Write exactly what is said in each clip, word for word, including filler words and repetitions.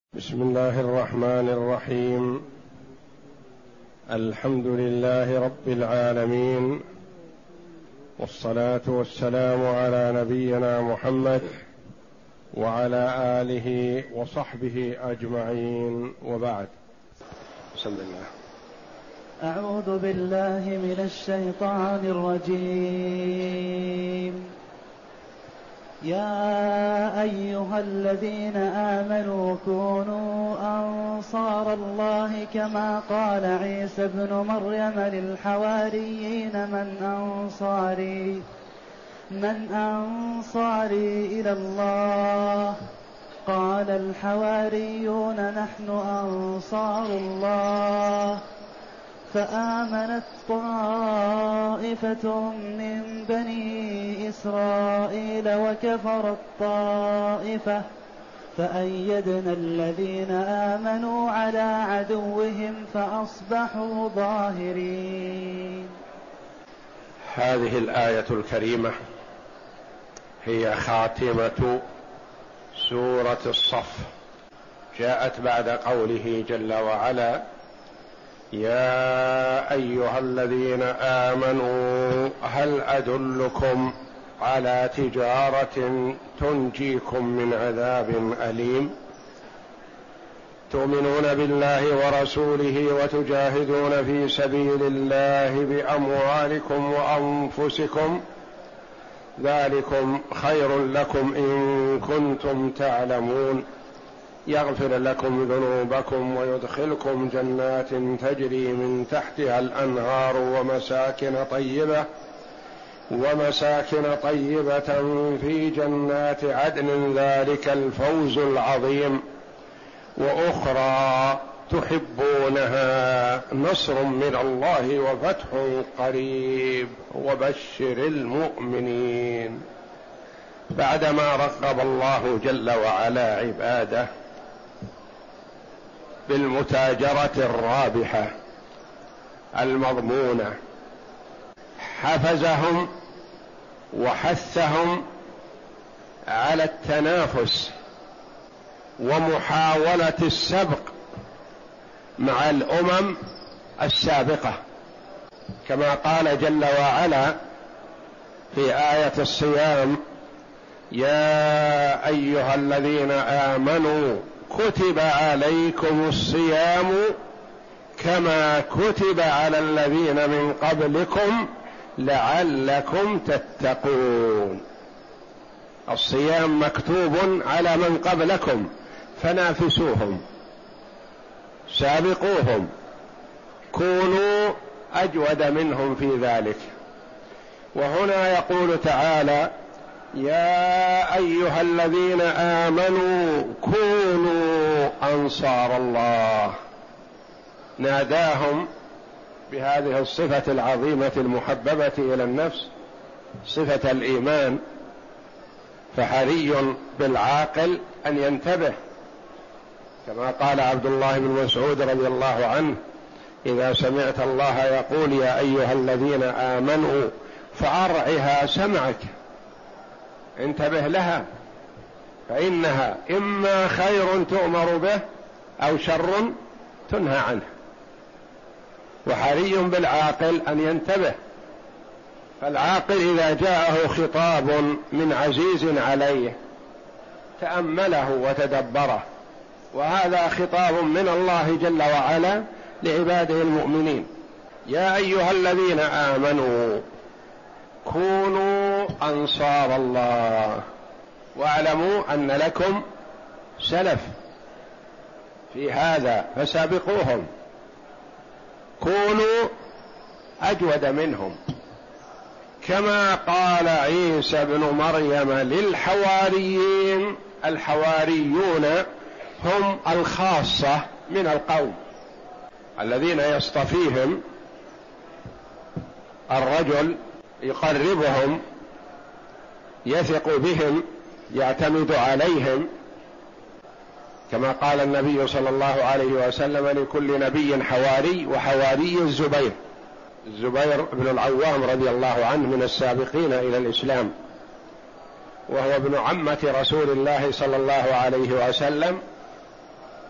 بسم الله الرحمن الرحيم. الحمد لله رب العالمين، والصلاة والسلام على نبينا محمد وعلى آله وصحبه أجمعين، وبعد. بسم الله. أعوذ بالله من الشيطان الرجيم. يا أيها الذين آمنوا كونوا أنصار الله كما قال عيسى ابن مريم للحواريين من أنصاري من أنصاري إلى الله قال الحواريون نحن أنصار الله فآمنت طائفة من بني إسرائيل وكفرت طائفة فأيدنا الذين آمنوا على عدوهم فأصبحوا ظاهرين. هذه الآية الكريمة هي خاتمة سورة الصف، جاءت بعد قوله جل وعلا: يا أيها الذين آمنوا هل أدلكم على تجارة تنجيكم من عذاب أليم تؤمنون بالله ورسوله وتجاهدون في سبيل الله بأموالكم وأنفسكم ذلكم خير لكم إن كنتم تعلمون يغفر لكم ذنوبكم ويدخلكم جنات تجري من تحتها الأنهار ومساكن طيبة ومساكن طيبة في جنات عدن ذلك الفوز العظيم وأخرى تحبونها نصر من الله وفتح قريب وبشر المؤمنين. بعدما رغب الله جل وعلا عباده بالمتاجرة الرابحة المضمونة، حفزهم وحثهم على التنافس ومحاولة السبق مع الأمم السابقة، كما قال جل وعلا في آية الصيام: يا أيها الذين آمنوا كتب عليكم الصيام كما كتب على الذين من قبلكم لعلكم تتقون. الصيام مكتوب على من قبلكم فنافسوهم سابقوهم، كونوا أجود منهم في ذلك. وهنا يقول تعالى: يا أيها الذين آمنوا كونوا أنصار الله، ناداهم بهذه الصفة العظيمة المحببة إلى النفس، صفة الإيمان. فحري بالعاقل أن ينتبه، كما قال عبد الله بن مسعود رضي الله عنه: إذا سمعت الله يقول يا أيها الذين آمنوا فأرعها سمعك، انتبه لها، فإنها إما خير تؤمر به أو شر تنهى عنه. وحري بالعاقل أن ينتبه، فالعاقل إذا جاءه خطاب من عزيز عليه تأمله وتدبره، وهذا خطاب من الله جل وعلا لعباده المؤمنين. يا أيها الذين آمنوا كونوا أنصار الله، واعلموا أن لكم سلف في هذا فسابقوهم، كونوا أجود منهم، كما قال عيسى بن مريم للحواريين. الحواريون هم الخاصة من القوم الذين يصطفيهم الرجل، يقربهم، يثق بهم، يعتمد عليهم، كما قال النبي صلى الله عليه وسلم: لكل نبي حواري، وحواري الزبير. الزبير بن العوام رضي الله عنه من السابقين إلى الإسلام، وهو ابن عمة رسول الله صلى الله عليه وسلم،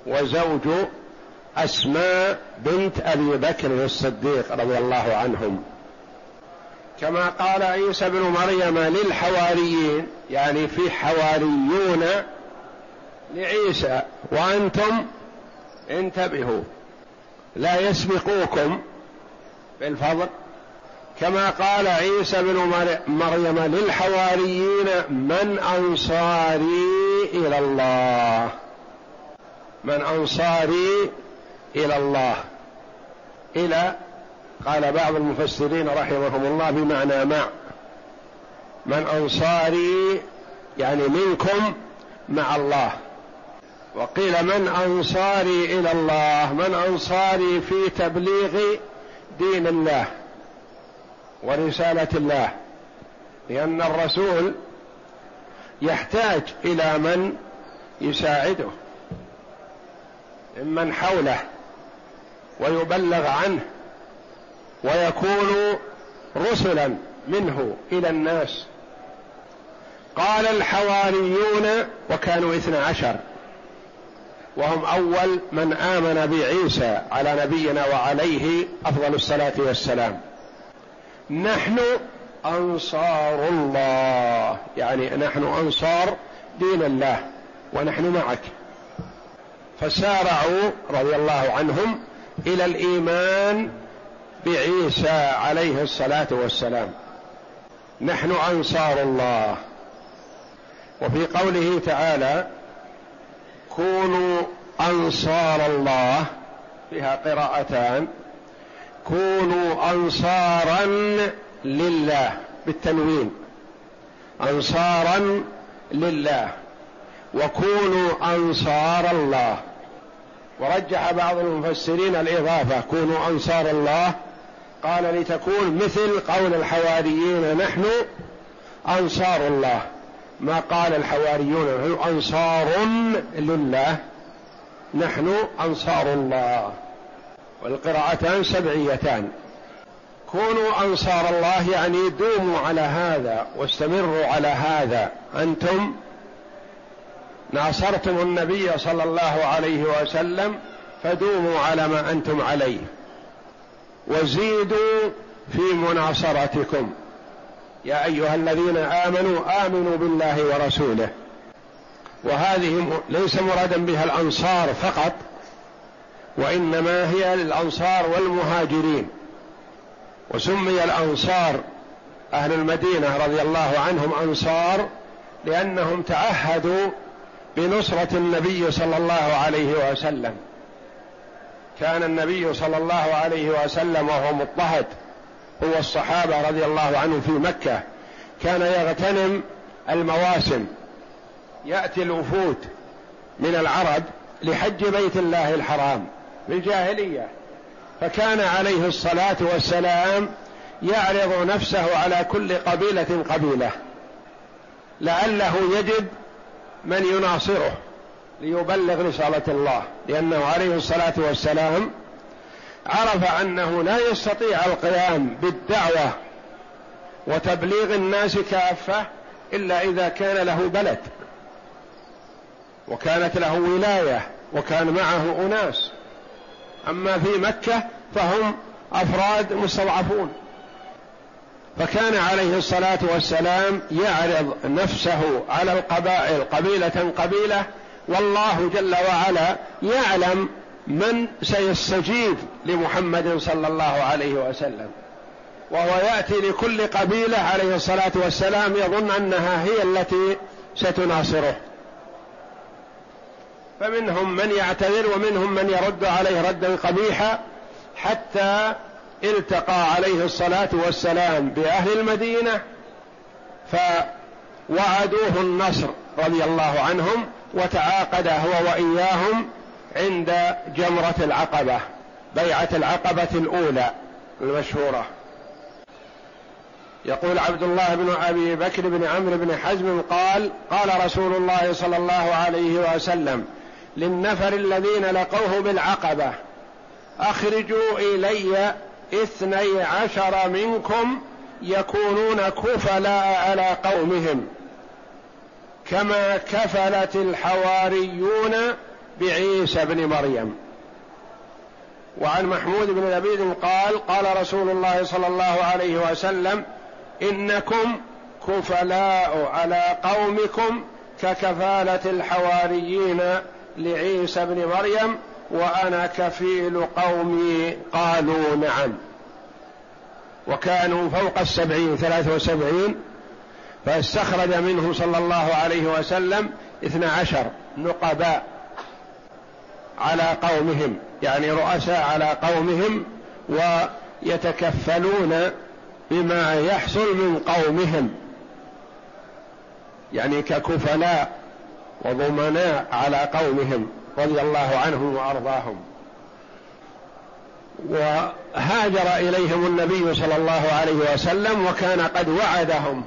وزوج أسماء بنت أبي بكر الصديق رضي الله عنهم. كما قال عيسى بن مريم للحواريين، يعني في حواريون لعيسى وأنتم انتبهوا لا يسبقوكم بالفضل. كما قال عيسى بن مريم للحواريين من أنصاري إلى الله، من أنصاري إلى الله، إلى قال بعض المفسرين رحمهم الله بمعنى مع، من أنصاري يعني منكم مع الله. وقيل من أنصاري إلى الله، من أنصاري في تبليغ دين الله ورسالة الله، لأن الرسول يحتاج إلى من يساعده ممن حوله ويبلغ عنه ويكون رسلا منه إلى الناس. قال الحواريون وكانوا اثنى عشر، وهم أول من آمن بعيسى على نبينا وعليه أفضل الصلاة والسلام. نحن أنصار الله، يعني نحن أنصار دين الله ونحن معك. فسارعوا رضي الله عنهم إلى الإيمان بعيسى عليه الصلاة والسلام. نحن أنصار الله. وفي قوله تعالى كونوا أنصار الله فيها قراءتان، كونوا أنصارا لله بالتنوين، أنصارا لله، وكونوا أنصار الله. ورجح بعض المفسرين الإضافة كونوا أنصار الله، قال لتكون مثل قول الحواريين نحن أنصار الله، ما قال الحواريون نحن أنصار لله، نحن أنصار الله. والقراءتان سبعيتان. كونوا أنصار الله يعني دوموا على هذا واستمروا على هذا، أنتم ناصرتم النبي صلى الله عليه وسلم فدوموا على ما أنتم عليه، وزيدوا في مناصرتكم. يا أيها الذين آمنوا آمنوا بالله ورسوله. وهذه ليس مرادا بها الأنصار فقط، وإنما هي للأنصار والمهاجرين. وسمي الأنصار أهل المدينة رضي الله عنهم أنصار لأنهم تعهدوا بنصرة النبي صلى الله عليه وسلم. كان النبي صلى الله عليه وسلم وهو مضطهد هو الصحابة رضي الله عنهم في مكة، كان يغتنم المواسم، يأتي الوفود من العرب لحج بيت الله الحرام بالجاهلية، فكان عليه الصلاة والسلام يعرض نفسه على كل قبيلة قبيلة لعله يجد من يناصره ليبلغ رسالة الله، لأنه عليه الصلاة والسلام عرف أنه لا يستطيع القيام بالدعوة وتبليغ الناس كافة إلا إذا كان له بلد وكانت له ولاية وكان معه أناس. أما في مكة فهم أفراد مستضعفون، فكان عليه الصلاة والسلام يعرض نفسه على القبائل قبيلة قبيلة، والله جل وعلا يعلم من سيستجيب لمحمد صلى الله عليه وسلم، وهو يأتي لكل قبيلة عليه الصلاة والسلام يظن أنها هي التي ستناصره، فمنهم من يعتذر ومنهم من يرد عليه ردا قبيحا، حتى التقى عليه الصلاة والسلام بأهل المدينة فوعدوه النصر رضي الله عنهم، وتعاقد هو وإياهم عند جمرة العقبة، بيعة العقبة الأولى المشهورة. يقول عبد الله بن أبي بكر بن عمرو بن حزم قال قال رسول الله صلى الله عليه وسلم للنفر الذين لقوه بالعقبة أخرجوا إلي اثني عشر منكم يكونون كفلاء على قومهم كما كفلت الحواريون بعيسى بن مريم. وعن محمود بن لبيد قال قال رسول الله صلى الله عليه وسلم: إنكم كفلاء على قومكم ككفالة الحواريين لعيسى بن مريم، وأنا كفيل قومي. قالوا: نعم. وكانوا فوق السبعين، ثلاثة وسبعين، فاستخرج منهم صلى الله عليه وسلم اثنى عشر نقباء على قومهم، يعني رؤساء على قومهم، ويتكفلون بما يحصل من قومهم، يعني ككفلاء وضمناء على قومهم رضي الله عنهم وأرضاهم. وهاجر إليهم النبي صلى الله عليه وسلم، وكان قد وعدهم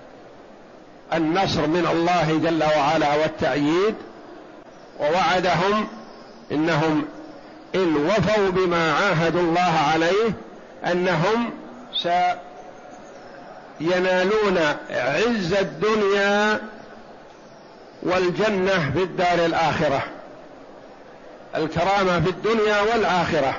النصر من الله جل وعلا والتأييد، ووعدهم إنهم إن وفوا بما عاهدوا الله عليه أنهم سينالون عز الدنيا والجنة في الدار الآخرة، الكرامة في الدنيا والآخرة.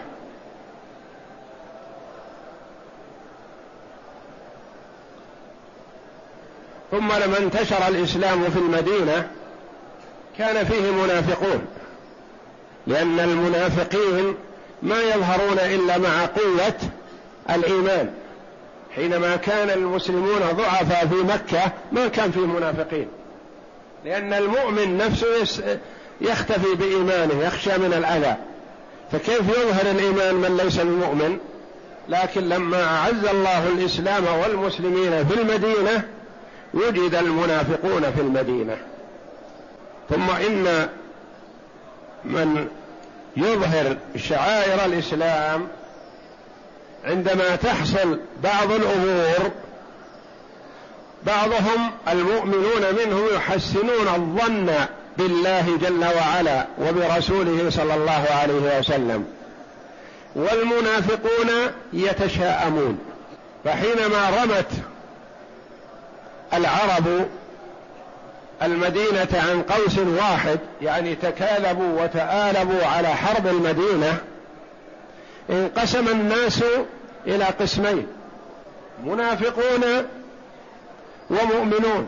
ثم لما انتشر الإسلام في المدينة كان فيه منافقون، لأن المنافقين ما يظهرون إلا مع قوة الإيمان. حينما كان المسلمون ضعفاء في مكة ما كان فيه منافقين، لأن المؤمن نفسه يختفي بإيمانه، يخشى من الأذى، فكيف يظهر الإيمان من ليس بمؤمن؟ لكن لما أعز الله الإسلام والمسلمين في المدينة وجد المنافقون في المدينة. ثم إن من يظهر شعائر الإسلام عندما تحصل بعض الأمور بعضهم المؤمنون منهم يحسنون الظن بالله جل وعلا وبرسوله صلى الله عليه وسلم، والمنافقون يتشاءمون. فحينما رمت العرب المدينة عن قوس واحد، يعني تكالبوا وتآلبوا على حرب المدينة، انقسم الناس إلى قسمين: منافقون ومؤمنون.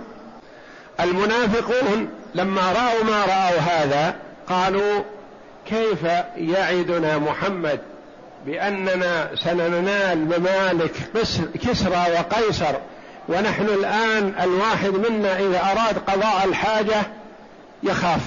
المنافقون لما رأوا ما رأوا هذا قالوا: كيف يعدنا محمد بأننا سننال ممالك كسرى وقيصر، ونحن الآن الواحد منا إذا أراد قضاء الحاجة يخاف،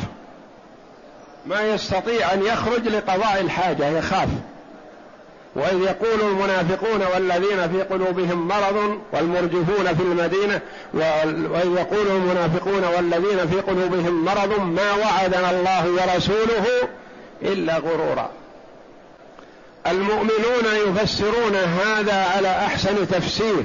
ما يستطيع أن يخرج لقضاء الحاجة، يخاف. وإذ يقول المنافقون والذين في قلوبهم مرض والمرجفون في المدينة، وإذ يقول المنافقون والذين في قلوبهم مرض ما وعدنا الله ورسوله إلا غرورا. المؤمنون يفسرون هذا على أحسن تفسير،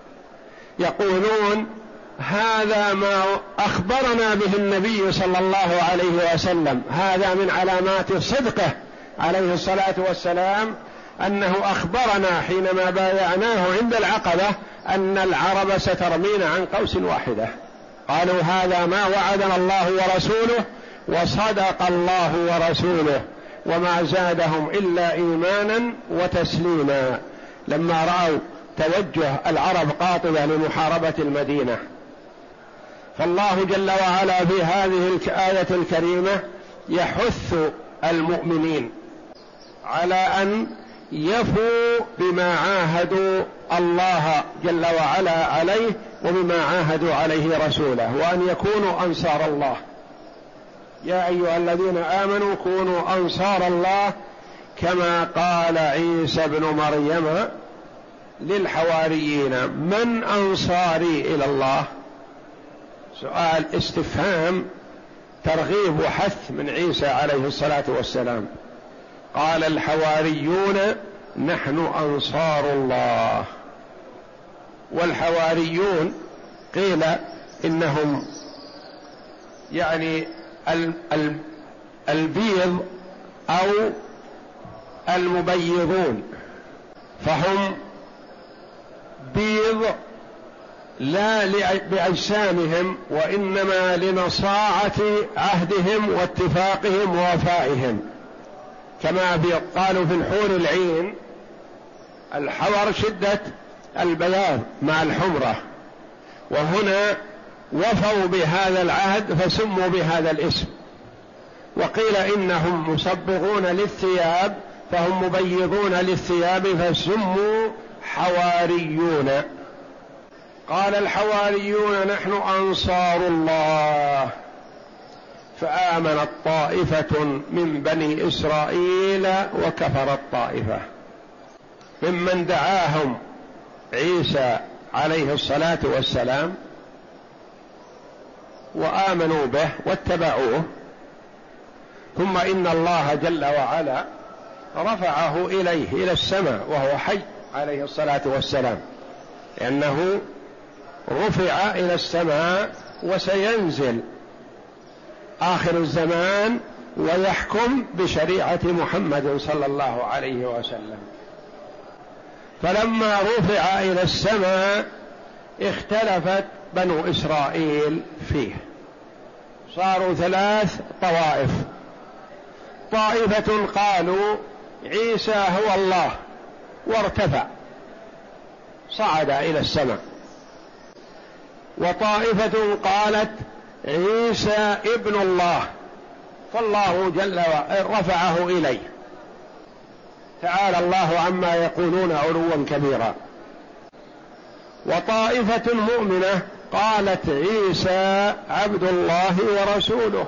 يقولون: هذا ما أخبرنا به النبي صلى الله عليه وسلم، هذا من علامات صدقه عليه الصلاة والسلام، أنه أخبرنا حينما بايعناه عند العقبة أن العرب سترمين عن قوس واحدة. قالوا: هذا ما وعدنا الله ورسوله، وصدق الله ورسوله، وما زادهم إلا إيمانا وتسليما لما رأوا توجه العرب قاطبة لمحاربة المدينة. فالله جل وعلا في هذه الآية الكريمة يحث المؤمنين على أن يفوا بما عاهدوا الله جل وعلا عليه وبما عاهدوا عليه رسوله، وأن يكونوا أنصار الله. يا أيها الذين آمنوا كونوا أنصار الله كما قال عيسى بن مريم للحواريين: من أنصاري إلى الله؟ سؤال استفهام ترغيب وحث من عيسى عليه الصلاة والسلام. قال الحواريون: نحن أنصار الله. والحواريون قيل إنهم يعني البيض أو المبيضون، فهم بيض لا بأجسامهم، وإنما لنصاعة عهدهم واتفاقهم ووفائهم، كما قالوا في الحور العين الحور شدة البياض مع الحمرة، وهنا وفوا بهذا العهد فسموا بهذا الاسم. وقيل إنهم مصبغون للثياب فهم مبيضون للثياب فسموا حواريون. قال الحواريون نحن أنصار الله، فآمنت طائفة من بني إسرائيل وكفرت طائفة ممن دعاهم عيسى عليه الصلاة والسلام وآمنوا به واتبعوه. ثم إن الله جل وعلا رفعه إليه إلى السماء وهو حي عليه الصلاة والسلام، لأنه رفع إلى السماء وسينزل آخر الزمان ويحكم بشريعة محمد صلى الله عليه وسلم. فلما رفع إلى السماء اختلفت بنو إسرائيل فيه، صاروا ثلاث طوائف. طائفة قالوا عيسى هو الله وارتفع صعد إلى السماء، وطائفة قالت عيسى ابن الله فالله جل وعلا رفعه إليه، تعالى الله عما يقولون علوا كبيرا. وطائفة مؤمنة قالت عيسى عبد الله ورسوله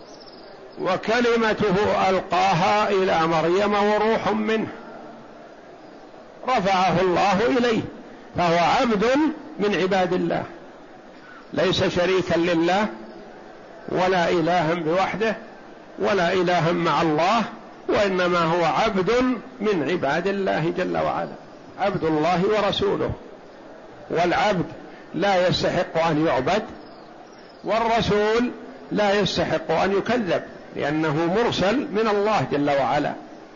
وكلمته ألقاها إلى مريم وروح منه رفعه الله إليه، فهو عبد من عباد الله، ليس شريكا لله ولا إلها بوحده ولا إلها مع الله، وإنما هو عبد من عباد الله جل وعلا، عبد الله ورسوله. والعبد لا يستحق أن يعبد، والرسول لا يستحق أن يكذب، لأنه مرسل من الله جل وعلا.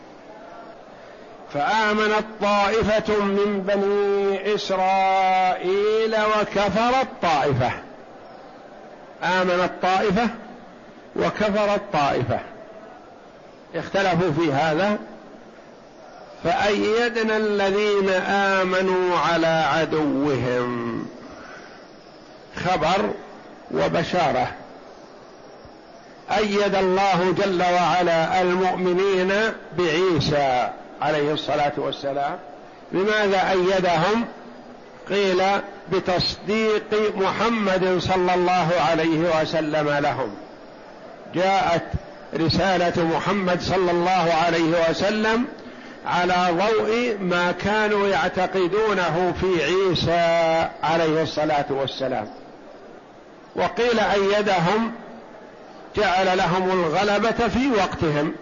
فآمنت طائفة من بني إسرائيل وكفرت طائفة، آمنت طائفة وكفرت طائفة، اختلفوا في هذا. فأيدنا الذين آمنوا على عدوهم، خبر وبشارة. أيد الله جل وعلا المؤمنين بعيسى عليه الصلاة والسلام. لماذا أيدهم؟ قيل بتصديق محمد صلى الله عليه وسلم لهم. جاءت رسالة محمد صلى الله عليه وسلم على ضوء ما كانوا يعتقدونه في عيسى عليه الصلاة والسلام. وقيل أيدهم جعل لهم الغلبة في وقتهم.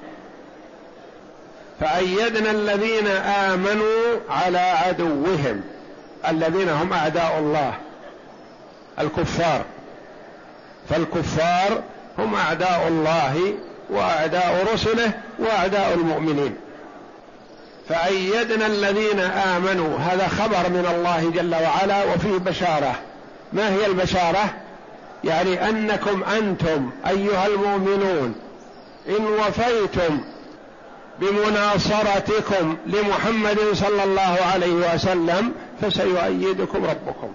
فأيدنا الذين آمنوا على عدوهم، الذين هم أعداء الله الكفار، فالكفار هم أعداء الله وأعداء رسله وأعداء المؤمنين. فأيدنا الذين آمنوا، هذا خبر من الله جل وعلا وفيه بشارة. ما هي البشارة؟ يعني أنكم أنتم أيها المؤمنون إن وفيتم بمناصرتكم لمحمد صلى الله عليه وسلم فسيؤيدكم ربكم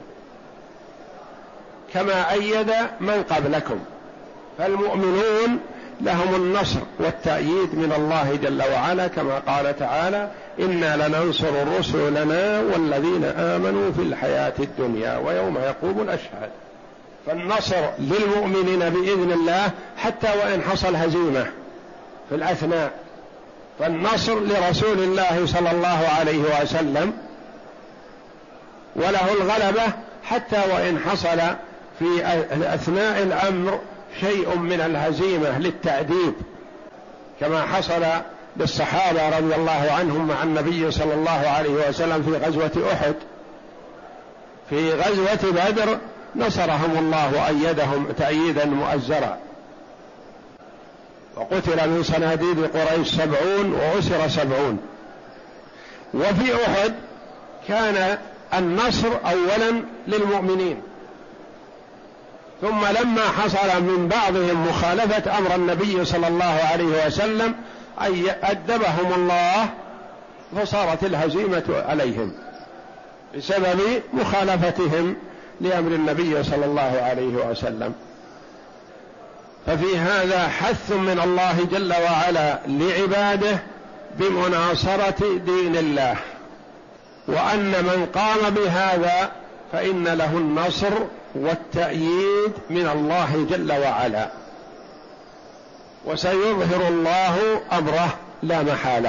كما أيد من قبلكم. فالمؤمنون لهم النصر والتأييد من الله جل وعلا، كما قال تعالى إنا لننصر رسلنا والذين آمنوا في الحياة الدنيا ويوم يقوم الأشهاد. فالنصر للمؤمنين بإذن الله حتى وإن حصل هزيمة في الأثناء، فالنصر لرسول الله صلى الله عليه وسلم، وله الغلبة حتى وإن حصل في أثناء الأمر شيء من الهزيمة للتأديب، كما حصل للصحابة رضي الله عنهم مع النبي صلى الله عليه وسلم في غزوة أحد. في غزوة بدر نصرهم الله وأيدهم تأييدا مؤزرا، وقتل من صناديد قريش سبعون وأسر سبعون. وفي أحد كان النصر أولا للمؤمنين، ثم لما حصل من بعضهم مخالفة أمر النبي صلى الله عليه وسلم أي أدبهم الله، فصارت الهزيمة عليهم بسبب مخالفتهم لأمر النبي صلى الله عليه وسلم. ففي هذا حث من الله جل وعلا لعباده بمناصرة دين الله، وأن من قام بهذا فإن له النصر والتأييد من الله جل وعلا، وسيظهر الله أمره لا محالة.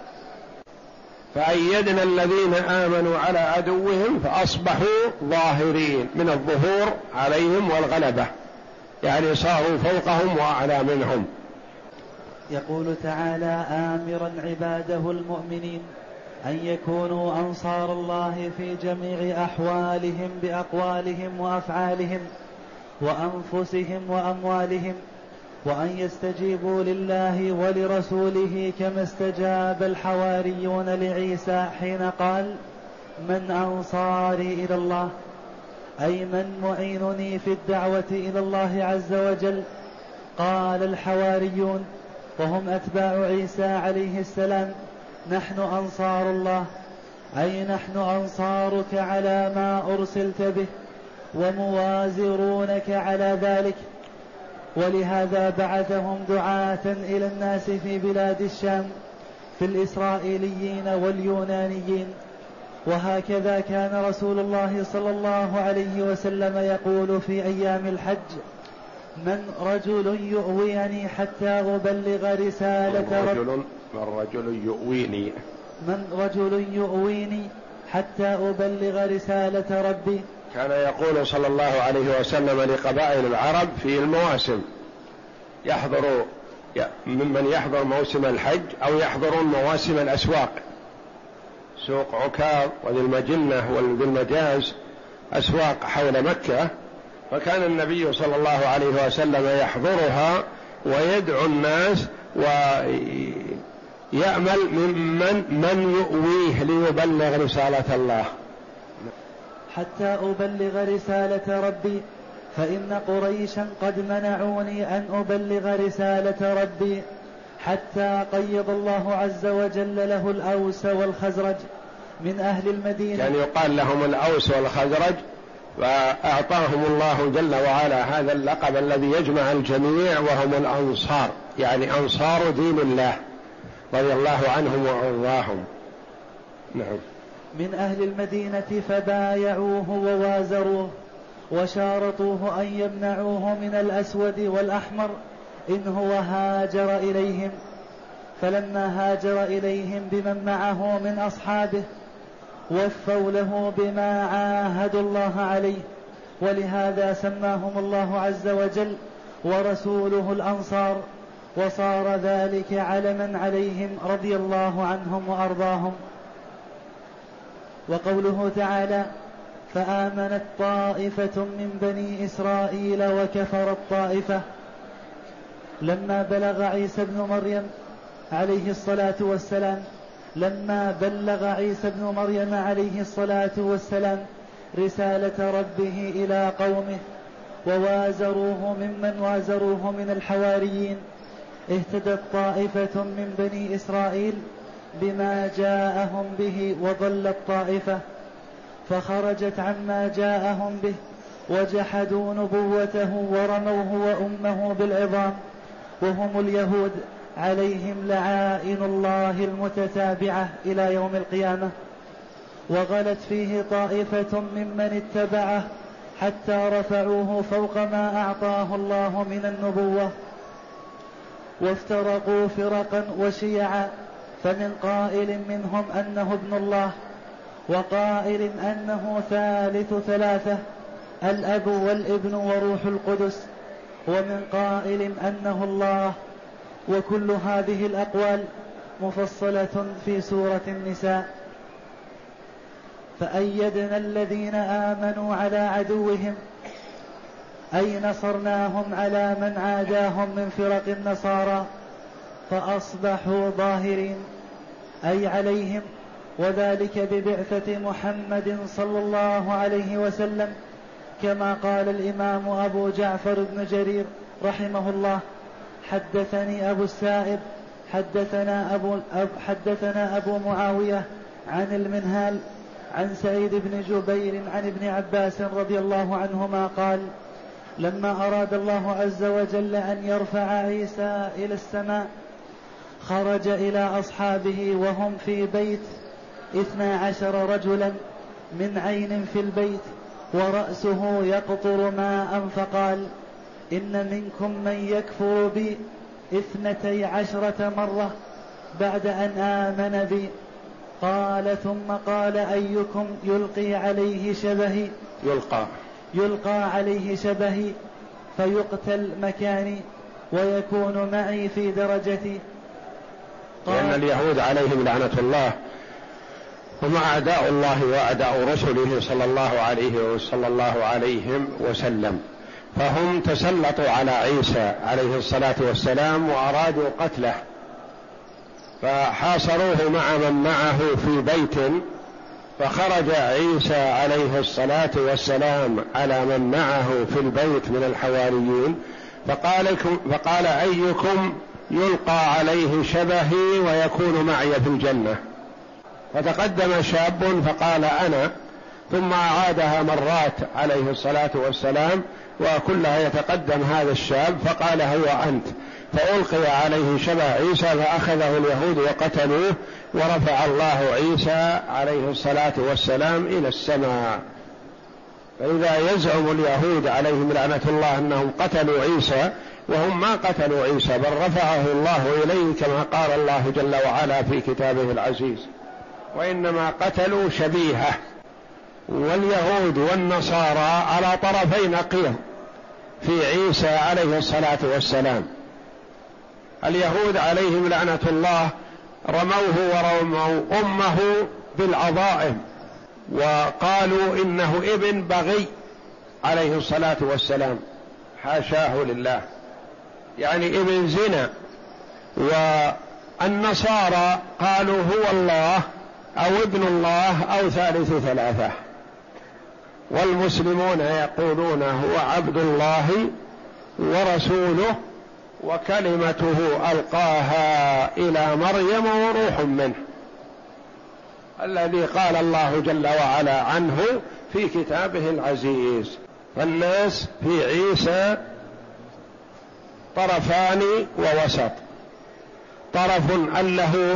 فأيدنا الذين آمنوا على عدوهم فأصبحوا ظاهرين، من الظهور عليهم والغلبة، يعني صاروا فوقهم وأعلى منهم. يقول تعالى آمرا عباده المؤمنين أن يكونوا أنصار الله في جميع أحوالهم بأقوالهم وأفعالهم وأنفسهم وأموالهم، وأن يستجيبوا لله ولرسوله كما استجاب الحواريون لعيسى حين قال من أنصاري إلى الله، أي من معينني في الدعوة إلى الله عز وجل. قال الحواريون وهم أتباع عيسى عليه السلام نحن أنصار الله، أي نحن أنصارك على ما أرسلت به وموازرونك على ذلك. ولهذا بعثهم دعاة إلى الناس في بلاد الشام في الإسرائيليين واليونانيين. وهكذا كان رسول الله صلى الله عليه وسلم يقول في أيام الحج من رجل يؤويني حتى أبلغ رسالة ربي من رجل يؤويني من رجل يؤويني حتى أبلغ رسالة ربي. كان يقول صلى الله عليه وسلم لقبائل العرب في المواسم، يحضر ممن يحضر موسم الحج أو يحضرون مواسم الأسواق، سوق عكاظ وذي المجنة وذي المجاز، أسواق حول مكة، فكان النبي صلى الله عليه وسلم يحضرها ويدعو الناس ويأمل ممن من يؤويه ليبلغ رسالة الله. حتى أبلغ رسالة ربي، فإن قريشا قد منعوني أن أبلغ رسالة ربي، حتى قيض الله عز وجل له الأوس والخزرج من أهل المدينة. يعني يقال لهم الأوس والخزرج، فأعطاهم الله جل وعلا هذا اللقب الذي يجمع الجميع، وهم الأنصار، يعني أنصار دين الله رضي الله عنهم وأرضاهم. نعم. من أهل المدينة فبايعوه ووازروه وشارطوه أن يمنعوه من الأسود والأحمر إن هو هاجر إليهم. فلما هاجر إليهم بمن معه من أصحابه وفوا له بما عاهدوا الله عليه، ولهذا سماهم الله عز وجل ورسوله الأنصار، وصار ذلك علما عليهم رضي الله عنهم وأرضاهم. وقوله تعالى فآمنت طائفة من بني إسرائيل وكفرت طائفة، لما بلغ عيسى بن مريم عليه الصلاة والسلام لما بلغ عيسى بن مريم عليه الصلاة والسلام رسالة ربه إلى قومه ووازروه ممن وازروه من الحواريين، اهتدت طائفة من بني إسرائيل بما جاءهم به وضلت طائفة، فخرجت عما جاءهم به وجحدوا نبوته ورموه وأمه بالعظام، وهم اليهود عليهم لعائن الله المتتابعة إلى يوم القيامة. وغلت فيه طائفة ممن اتبعه حتى رفعوه فوق ما أعطاه الله من النبوة، وافترقوا فرقا وشيعا، فمن قائل منهم أنه ابن الله، وقائل أنه ثالث ثلاثة الأب والابن وروح القدس، ومن قائل أنه الله. وكل هذه الأقوال مفصلة في سورة النساء. فأيدنا الذين آمنوا على عدوهم، أي نصرناهم على من عاداهم من فرق النصارى، فأصبحوا ظاهرين أي عليهم، وذلك ببعثة محمد صلى الله عليه وسلم، كما قال الإمام أبو جعفر بن جرير رحمه الله: حدثني أبو السائب حدثنا أبو, حدثنا أبو معاوية عن المنهال عن سعيد بن جبير عن ابن عباس رضي الله عنهما قال: لما أراد الله عز وجل أن يرفع عيسى إلى السماء خرج إلى أصحابه وهم في بيت اثنا عشر رجلا من عين في البيت ورأسه يقطر ماء، فقال: إن منكم من يكفر بي اثنتي عشرة مرة بعد أن آمن بي. قال ثم قال: أيكم يلقي عليه شبهي يلقى يلقى عليه شبهي فيقتل مكاني ويكون معي في درجتي. لأن اليهود عليهم لعنة الله هم أعداء الله وأعداء رسله صلى الله عليه وصلى الله عليهم وسلم، فهم تسلطوا على عيسى عليه الصلاة والسلام وأرادوا قتله، فحاصروه مع من معه في بيت، فخرج عيسى عليه الصلاة والسلام على من معه في البيت من الحواريين فقال, فقال: أيكم يلقى عليه شبهي ويكون معي في الجنة؟ فتقدم شاب فقال: أنا، ثم أعادها مرات عليه الصلاة والسلام وكلها يتقدم هذا الشاب فقال: هو أنت، فألقي عليه شبه عيسى فأخذه اليهود وقتلوه، ورفع الله عيسى عليه الصلاة والسلام إلى السماء. فإذا يزعم اليهود عليهم لعنة الله أنهم قتلوا عيسى، وهم ما قتلوا عيسى بل رفعه الله إليه كما قال الله جل وعلا في كتابه العزيز: وإنما قتلوا شبيهه. واليهود والنصارى على طرفي نقيض في عيسى عليه الصلاة والسلام. اليهود عليهم لعنة الله رموه ورموا أمه بالعظائم وقالوا إنه ابن بغي عليه الصلاة والسلام، حاشاه لله، يعني ابن زنا. والنصارى قالوا هو الله أو ابن الله أو ثالث ثلاثة. والمسلمون يقولون هو عبد الله ورسوله وكلمته ألقاها إلى مريم وروح منه، الذي قال الله جل وعلا عنه في كتابه العزيز. فالناس في عيسى طرفان ووسط، طرف ألهوه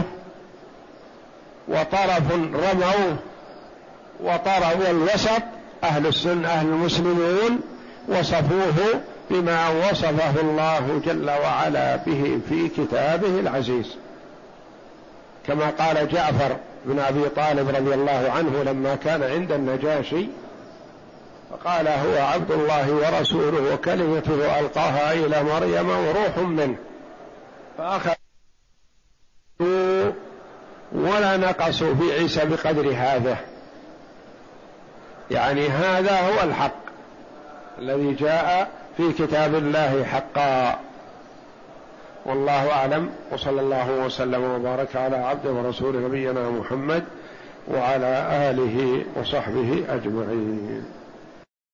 وطرف رموه، وطرف والوسط أهل السنة أهل المسلمون وصفوه بما وصفه الله جل وعلا به في كتابه العزيز، كما قال جعفر بن أبي طالب رضي الله عنه لما كان عند النجاشي فقال: هو عبد الله ورسوله وكلمته ألقاها إلى مريم وروح منه، فأخذوا ولا نقصوا في عيسى بقدر هذا. يعني هذا هو الحق الذي جاء في كتاب الله حقا. والله أعلم، وصلى الله وسلم وبارك على عبده ورسوله نبينا محمد وعلى آله وصحبه أجمعين.